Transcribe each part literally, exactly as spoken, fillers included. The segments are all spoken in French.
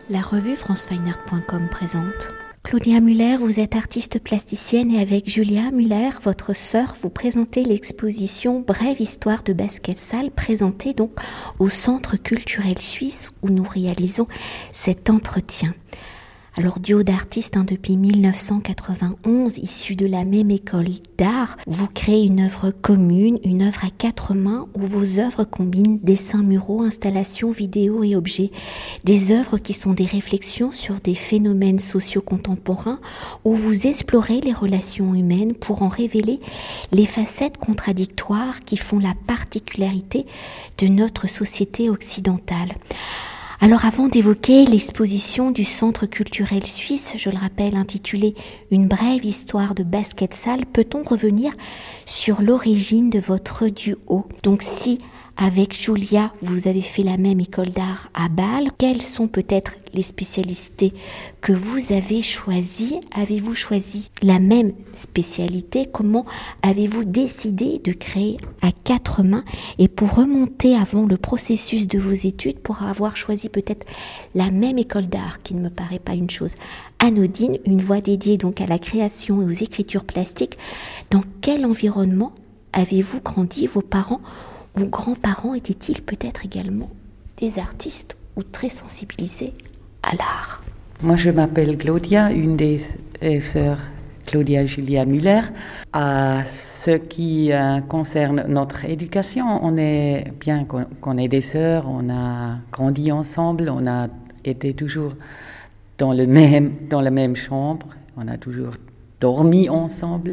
La revue france fine art point com présente. Claudia Müller, vous êtes artiste plasticienne et avec Julia Müller, votre sœur, vous présentez l'exposition Brève histoire de basket salle présentée donc au Centre culturel suisse où nous réalisons cet entretien. Alors duo d'artistes hein, depuis mille neuf cent quatre-vingt-onze, issus de la même école d'art, vous créez une œuvre commune, une œuvre à quatre mains où vos œuvres combinent dessins muraux, installations, vidéos et objets. Des œuvres qui sont des réflexions sur des phénomènes sociaux contemporains où vous explorez les relations humaines pour en révéler les facettes contradictoires qui font la particularité de notre société occidentale. Alors avant d'évoquer l'exposition du Centre culturel suisse, je le rappelle intitulée « Une brève histoire de basket salle », peut-on revenir sur l'origine de votre duo ? Donc si avec Julia, vous avez fait la même école d'art à Bâle, quelles sont peut-être les spécialités que vous avez choisies ? Avez-vous choisi la même spécialité ? Comment avez-vous décidé de créer à quatre mains ? Et pour remonter avant le processus de vos études, pour avoir choisi peut-être la même école d'art, qui ne me paraît pas une chose anodine, une voie dédiée donc à la création et aux écritures plastiques, dans quel environnement avez-vous grandi ? Vos parents Vos grands-parents étaient-ils peut-être également des artistes ou très sensibilisés à l'art ? Moi, je m'appelle Claudia, une des sœurs Claudia Julia Müller. À ce qui euh, concerne notre éducation, on est bien qu'on, qu'on est des sœurs, on a grandi ensemble, on a été toujours dans le même dans la même chambre, on a toujours dormi ensemble.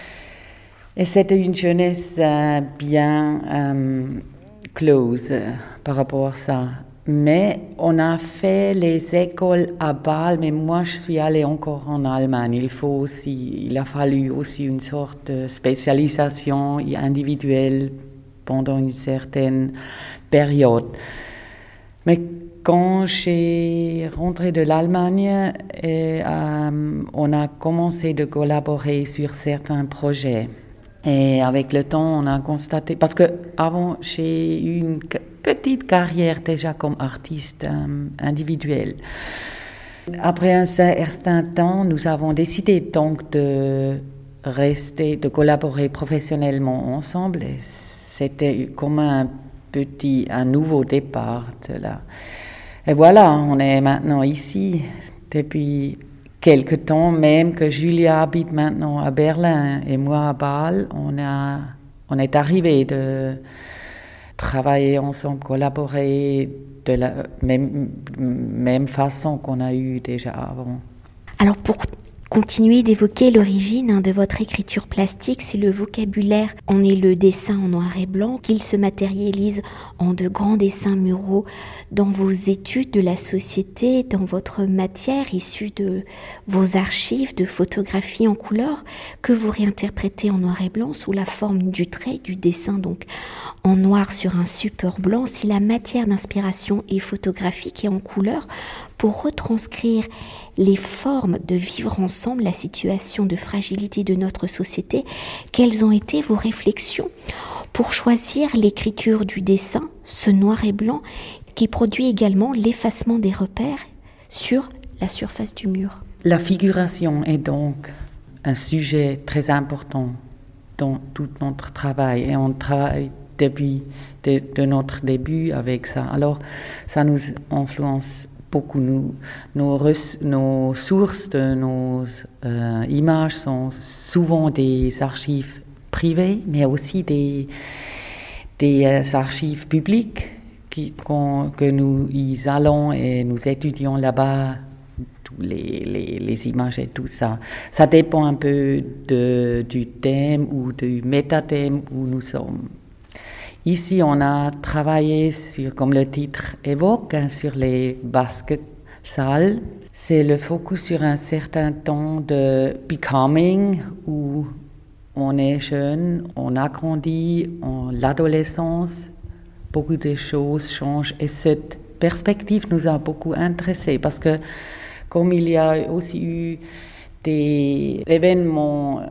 Et c'était une jeunesse euh, bien euh, close euh, par rapport à ça. Mais on a fait les écoles à Bâle, mais moi je suis allée encore en Allemagne. Il faut aussi, il a fallu aussi une sorte de spécialisation individuelle pendant une certaine période. Mais quand j'ai rentré de l'Allemagne, et, euh, on a commencé de collaborer sur certains projets. Et avec le temps, on a constaté, parce que avant, j'ai eu une petite carrière déjà comme artiste euh, individuelle. Après un certain temps, nous avons décidé donc de rester, de collaborer professionnellement ensemble. Et c'était comme un petit, un nouveau départ de là. Et voilà, on est maintenant ici depuis quelque temps, même que Julia habite maintenant à Berlin et moi à Bâle, on, a, on est arrivé de travailler ensemble, collaborer de la même, même façon qu'on a eu déjà avant. Alors pour continuer d'évoquer l'origine hein, de votre écriture plastique, si le vocabulaire en est le dessin en noir et blanc, qu'il se matérialise en de grands dessins muraux dans vos études de la société, dans votre matière issue de vos archives de photographie en couleur, que vous réinterprétez en noir et blanc sous la forme du trait, du dessin donc en noir sur un support blanc, si la matière d'inspiration est photographique et en couleur, pour retranscrire les formes de vivre ensemble, la situation de fragilité de notre société, quelles ont été vos réflexions pour choisir l'écriture du dessin, ce noir et blanc, qui produit également l'effacement des repères sur la surface du mur ? La figuration est donc un sujet très important dans tout notre travail et on travaille depuis de, de notre début avec ça. Alors, ça nous influence beaucoup. Nous, nos, nos sources de nos euh, images sont souvent des archives privées, mais aussi des, des euh, archives publiques qui, que nous y allons et nous étudions là-bas tous les, les, les images et tout ça. Ça dépend un peu de, du thème ou du métathème où nous sommes. Ici, on a travaillé sur, comme le titre évoque, hein, sur les basket salles. C'est le focus sur un certain temps de becoming où on est jeune, on a grandi, en l'adolescence, beaucoup de choses changent et cette perspective nous a beaucoup intéressés parce que comme il y a aussi eu des événements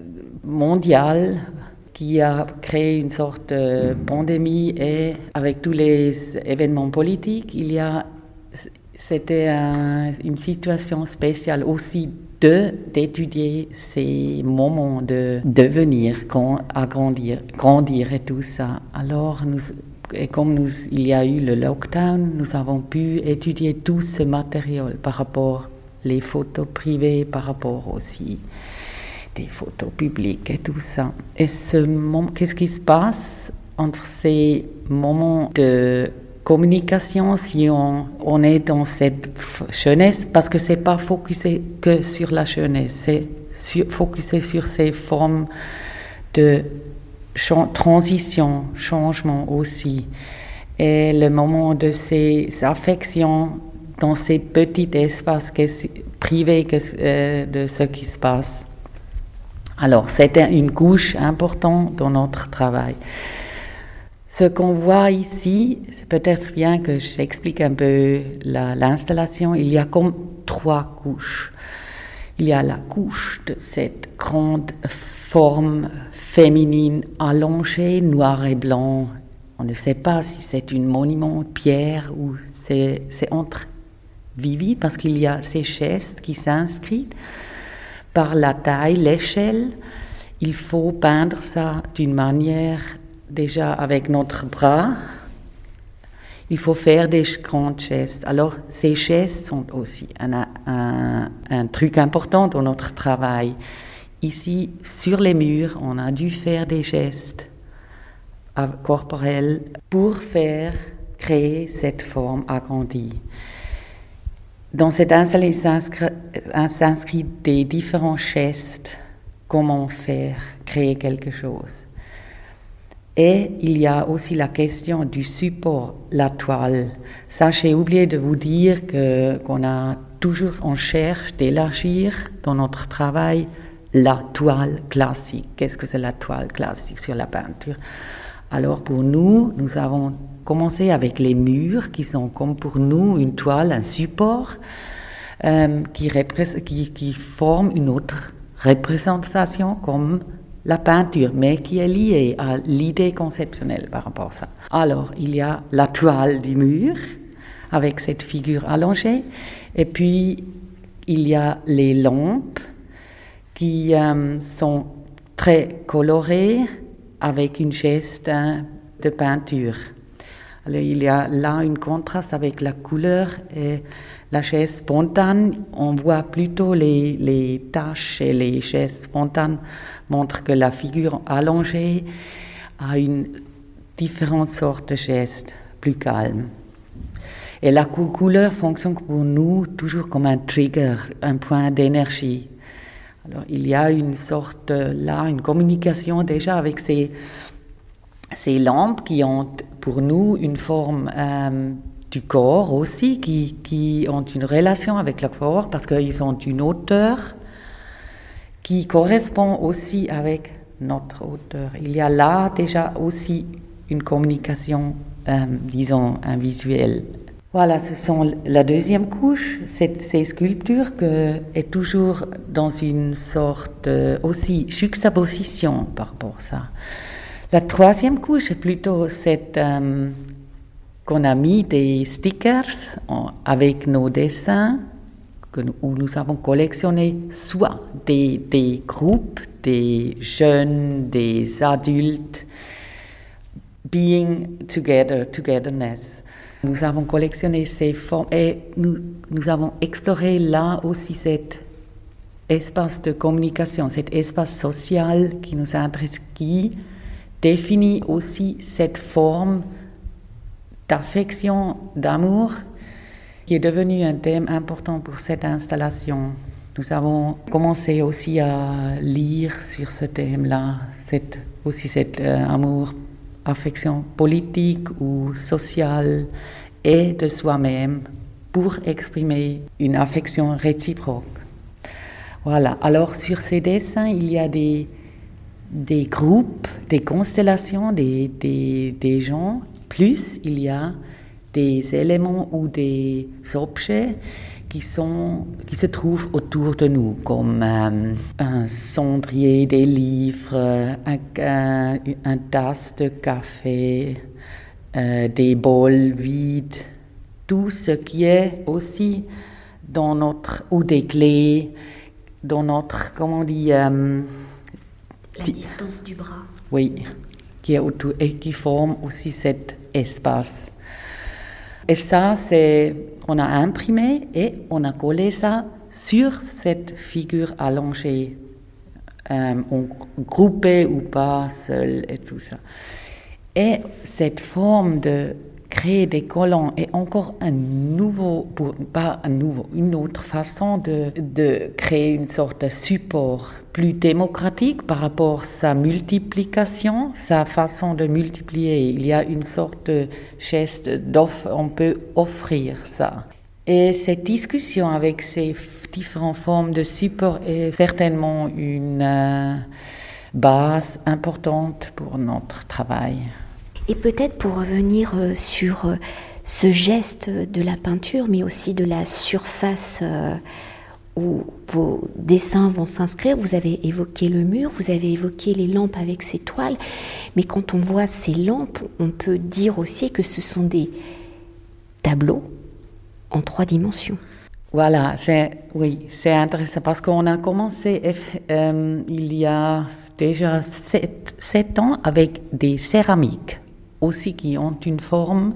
mondiaux qui a créé une sorte de pandémie et avec tous les événements politiques, il y a c'était un, une situation spéciale aussi de, d'étudier ces moments de devenir, grand, agrandir, grandir et tout ça. Alors, nous, et comme nous, il y a eu le lockdown, nous avons pu étudier tout ce matériel par rapport les photos privées, par rapport aussi des photos publiques et tout ça. Et ce moment, qu'est-ce qui se passe entre ces moments de communication si on, on est dans cette jeunesse, parce que c'est pas focusé que sur la jeunesse, c'est sur, focusé sur ces formes de ch- transition, changement aussi. Et le moment de ces affections dans ces petits espaces privés que, euh, de ce qui se passe. Alors, c'était une couche importante dans notre travail. Ce qu'on voit ici, c'est peut-être bien que j'explique un peu la, l'installation. Il y a comme trois couches. Il y a la couche de cette grande forme féminine allongée, noir et blanc. On ne sait pas si c'est un monument de pierre ou c'est, c'est entre vivide, parce qu'il y a ces gestes qui s'inscrivent par la taille, l'échelle. Il faut peindre ça d'une manière, déjà avec notre bras. Il faut faire des grands gestes. Alors, ces gestes sont aussi un, un, un truc important dans notre travail. Ici, sur les murs, on a dû faire des gestes corporels pour faire créer cette forme agrandie. Dans cette installation s'inscrit des différents gestes, comment faire, créer quelque chose. Et il y a aussi la question du support, la toile. Ça, j'ai oublié de vous dire que, qu'on a toujours, on cherche d'élargir dans notre travail la toile classique. Qu'est-ce que c'est la toile classique sur la peinture? Alors pour nous, nous avons commencé avec les murs qui sont comme pour nous une toile, un support euh, qui, repré- qui, qui forme une autre représentation comme la peinture, mais qui est liée à l'idée conceptuelle par rapport à ça. Alors il y a la toile du mur avec cette figure allongée, et puis il y a les lampes qui euh, sont très colorées avec une geste hein, de peinture. Alors, il y a là un contraste avec la couleur et la geste spontane. On voit plutôt les, les taches et les gestes spontanes montrent que la figure allongée a une différente sorte de geste, plus calme. Et la couleur fonctionne pour nous toujours comme un trigger, un point d'énergie. Alors, il y a une sorte, là, une communication déjà avec ces, ces lampes qui ont pour nous une forme euh, du corps aussi, qui, qui ont une relation avec le corps parce qu'ils ont une hauteur qui correspond aussi avec notre hauteur. Il y a là déjà aussi une communication, euh, disons, un visuel. Voilà, ce sont la deuxième couche, c'est ces sculptures que est toujours dans une sorte euh, aussi juxtaposition par rapport à ça. La troisième couche est plutôt cette euh, qu'on a mis des stickers en, avec nos dessins que nous, où nous avons collectionné soit des, des groupes, des jeunes, des adultes, being together, togetherness. Nous avons collectionné ces formes et nous, nous avons exploré là aussi cet espace de communication, cet espace social qui nous intéresse, qui définit aussi cette forme d'affection, d'amour, qui est devenu un thème important pour cette installation. Nous avons commencé aussi à lire sur ce thème-là, cette, aussi cet euh, amour, affection politique ou sociale et de soi-même pour exprimer une affection réciproque. Voilà. Alors sur ces dessins, il y a des, des groupes, des constellations, des, des, des gens, plus il y a des éléments ou des objets qui, sont, qui se trouvent autour de nous, comme euh, un cendrier, des livres, un, un, une tasse de café, euh, des bols vides, tout ce qui est aussi dans notre, ou des clés, dans notre, comment on dit... Euh, La distance du bras. Oui, qui est autour et qui forme aussi cet espace. Et ça, c'est, on a imprimé et on a collé ça sur cette figure allongée, euh, groupée ou pas, seule et tout ça. Et cette forme de créer des collants est encore un nouveau, pour, pas un nouveau, une autre façon de, de créer une sorte de support plus démocratique par rapport à sa multiplication, sa façon de multiplier. Il y a une sorte de geste d'offre, on peut offrir ça. Et cette discussion avec ces différentes formes de support est certainement une euh, base importante pour notre travail. Et peut-être pour revenir euh, sur euh, ce geste de la peinture, mais aussi de la surface euh, où vos dessins vont s'inscrire, vous avez évoqué le mur, vous avez évoqué les lampes avec ces toiles, mais quand on voit ces lampes, on peut dire aussi que ce sont des tableaux en trois dimensions. Voilà, c'est, oui, c'est intéressant parce qu'on a commencé euh, il y a déjà sept, sept ans avec des céramiques aussi qui ont une forme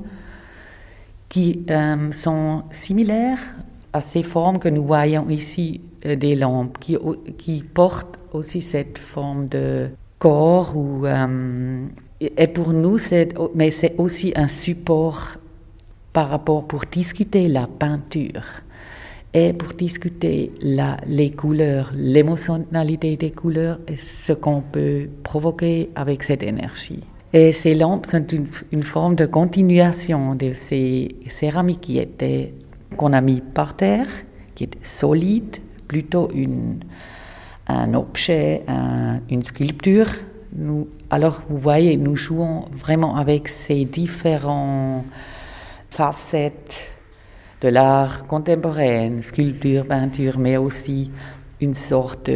qui euh, sont similaires à ces formes que nous voyons ici euh, des lampes, qui, qui portent aussi cette forme de corps. Ou, euh, et pour nous, c'est, mais c'est aussi un support par rapport pour discuter la peinture et pour discuter la, les couleurs, l'émotionnalité des couleurs et ce qu'on peut provoquer avec cette énergie. Et ces lampes sont une, une forme de continuation de ces céramiques qui étaient, qu'on a mis par terre, qui étaient solides, plutôt une, un objet, un, une sculpture. Nous, alors vous voyez, nous jouons vraiment avec ces différentes facettes de l'art contemporain, sculpture, peinture, mais aussi une sorte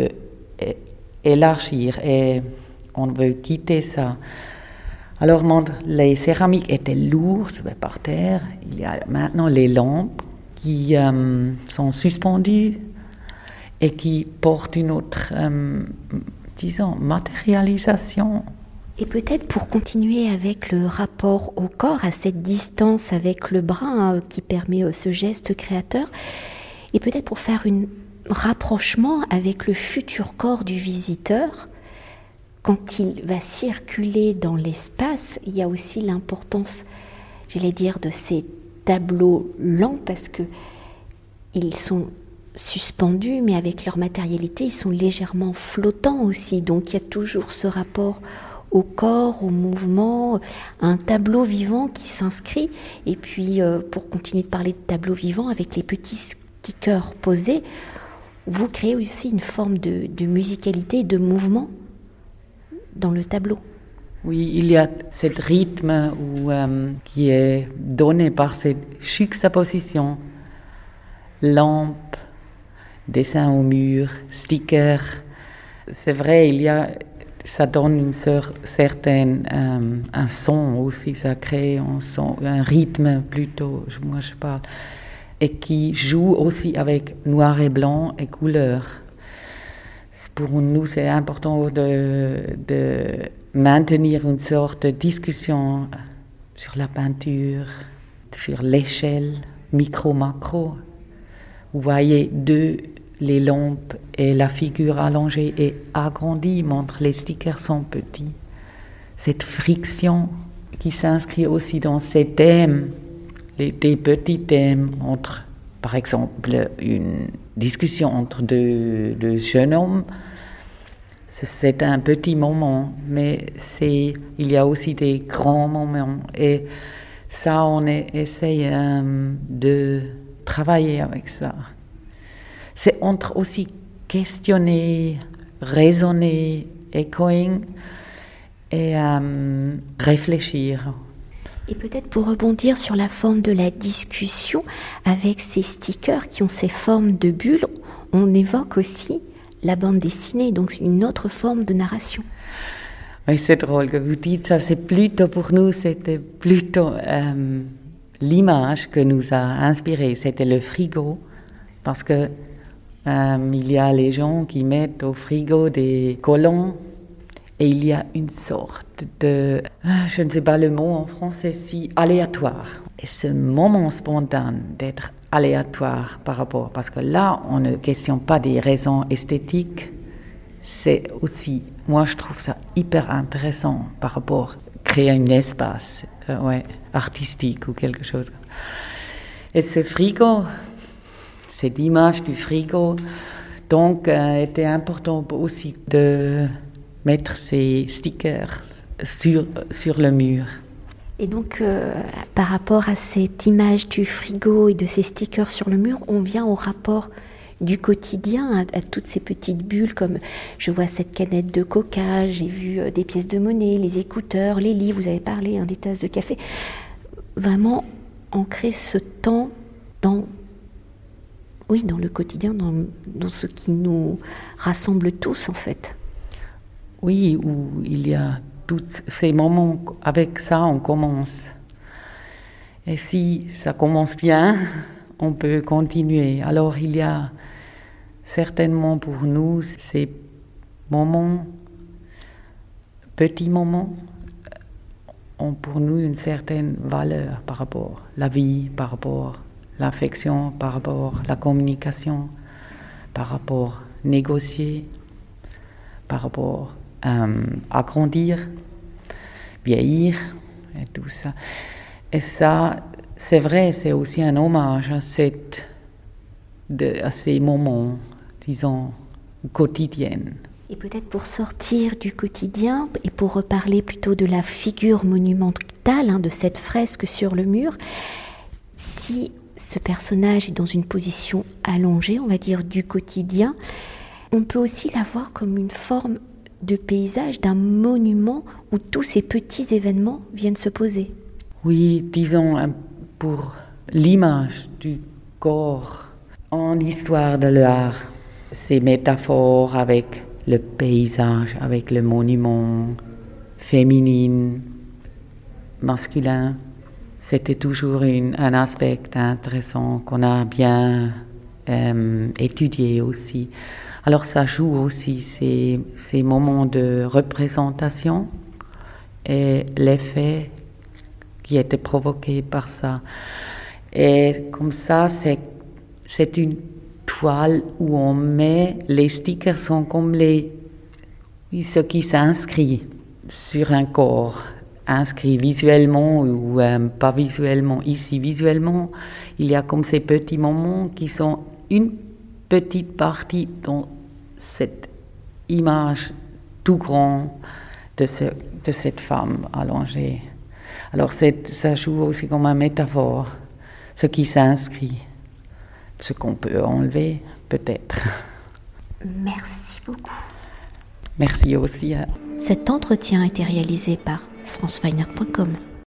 d'élargir et on veut quitter ça. Alors les céramiques étaient lourdes par terre, il y a maintenant les lampes qui euh, sont suspendues et qui portent une autre, euh, disons, matérialisation. Et peut-être pour continuer avec le rapport au corps, à cette distance avec le bras hein, qui permet euh, ce geste créateur, et peut-être pour faire un rapprochement avec le futur corps du visiteur, quand il va circuler dans l'espace, il y a aussi l'importance, j'allais dire, de ces tableaux lents, parce que ils sont suspendus, mais avec leur matérialité, ils sont légèrement flottants aussi. Donc il y a toujours ce rapport au corps, au mouvement, un tableau vivant qui s'inscrit. Et puis, euh, pour continuer de parler de tableau vivant, avec les petits stickers posés, vous créez aussi une forme de, de musicalité, de mouvement dans le tableau. Oui, il y a ce rythme où, euh, qui est donné par cette juxtaposition, lampe, dessin au mur, sticker. C'est vrai, il y a, ça donne une certaine, euh, un son aussi, ça crée un son, un rythme plutôt, moi je parle, et qui joue aussi avec noir et blanc et couleur. Pour nous, c'est important de, de maintenir une sorte de discussion sur la peinture, sur l'échelle, micro-macro. Vous voyez, deux, les lampes et la figure allongée et agrandie montrent les stickers sont petits. Cette friction qui s'inscrit aussi dans ces thèmes, les, des petits thèmes entre, par exemple, une discussion entre deux, deux jeunes hommes. C'est un petit moment, mais c'est, il y a aussi des grands moments. Et ça, on est, essaye euh, de travailler avec ça. C'est entre aussi questionner, raisonner, echoing et euh, réfléchir. Et peut-être pour rebondir sur la forme de la discussion, avec ces stickers qui ont ces formes de bulles, on évoque aussi la bande dessinée, donc une autre forme de narration. Oui, c'est drôle que vous dites ça, c'est plutôt pour nous, c'était plutôt euh, l'image que nous a inspiré, c'était le frigo, parce que euh, il y a les gens qui mettent au frigo des collants et il y a une sorte de, je ne sais pas le mot en français, si aléatoire. Et ce moment spontané d'être aléatoire par rapport, parce que là, on ne questionne pas des raisons esthétiques, c'est aussi, moi je trouve ça hyper intéressant par rapport à créer un espace euh, ouais, artistique ou quelque chose. Et ce frigo, cette image du frigo, donc euh, était important aussi de mettre ces stickers sur, sur le mur. Et donc, euh, par rapport à cette image du frigo et de ces stickers sur le mur, on vient au rapport du quotidien, à, à toutes ces petites bulles, comme je vois cette canette de coca, j'ai vu euh, des pièces de monnaie, les écouteurs, les livres, vous avez parlé, hein, des tasses de café. Vraiment ancrer ce temps dans, oui, dans le quotidien, dans, dans ce qui nous rassemble tous, en fait. Oui, où il y a tous ces moments, avec ça on commence. Et si ça commence bien, on peut continuer. Alors il y a certainement pour nous ces moments, petits moments, ont pour nous une certaine valeur par rapport à la vie, par rapport à l'affection, par rapport à la communication, par rapport à négocier, par rapport Euh, à grandir, vieillir et tout ça. Et ça, c'est vrai, c'est aussi un hommage à, cette, de, à ces moments, disons, quotidiens. Et peut-être pour sortir du quotidien et pour reparler plutôt de la figure monumentale, hein, de cette fresque sur le mur, si ce personnage est dans une position allongée, on va dire, du quotidien, on peut aussi la voir comme une forme de paysage, d'un monument où tous ces petits événements viennent se poser. Oui, disons, pour l'image du corps en l'histoire de l'art, ces métaphores avec le paysage, avec le monument féminin, masculin, c'était toujours une, un aspect intéressant qu'on a bien euh, étudié aussi. Alors ça joue aussi ces, ces moments de représentation et l'effet qui était provoqué par ça. Et comme ça, c'est, c'est une toile où on met, les stickers sont comme les, ce qui s'inscrit sur un corps, inscrit visuellement ou euh, pas visuellement. Ici, visuellement, il y a comme ces petits moments qui sont une petite partie dans cette image tout grand de, ce, de cette femme allongée. Alors c'est, ça joue aussi comme une métaphore, ce qui s'inscrit, ce qu'on peut enlever peut-être. Merci beaucoup. Merci aussi. Cet entretien a été réalisé par france fine art point com.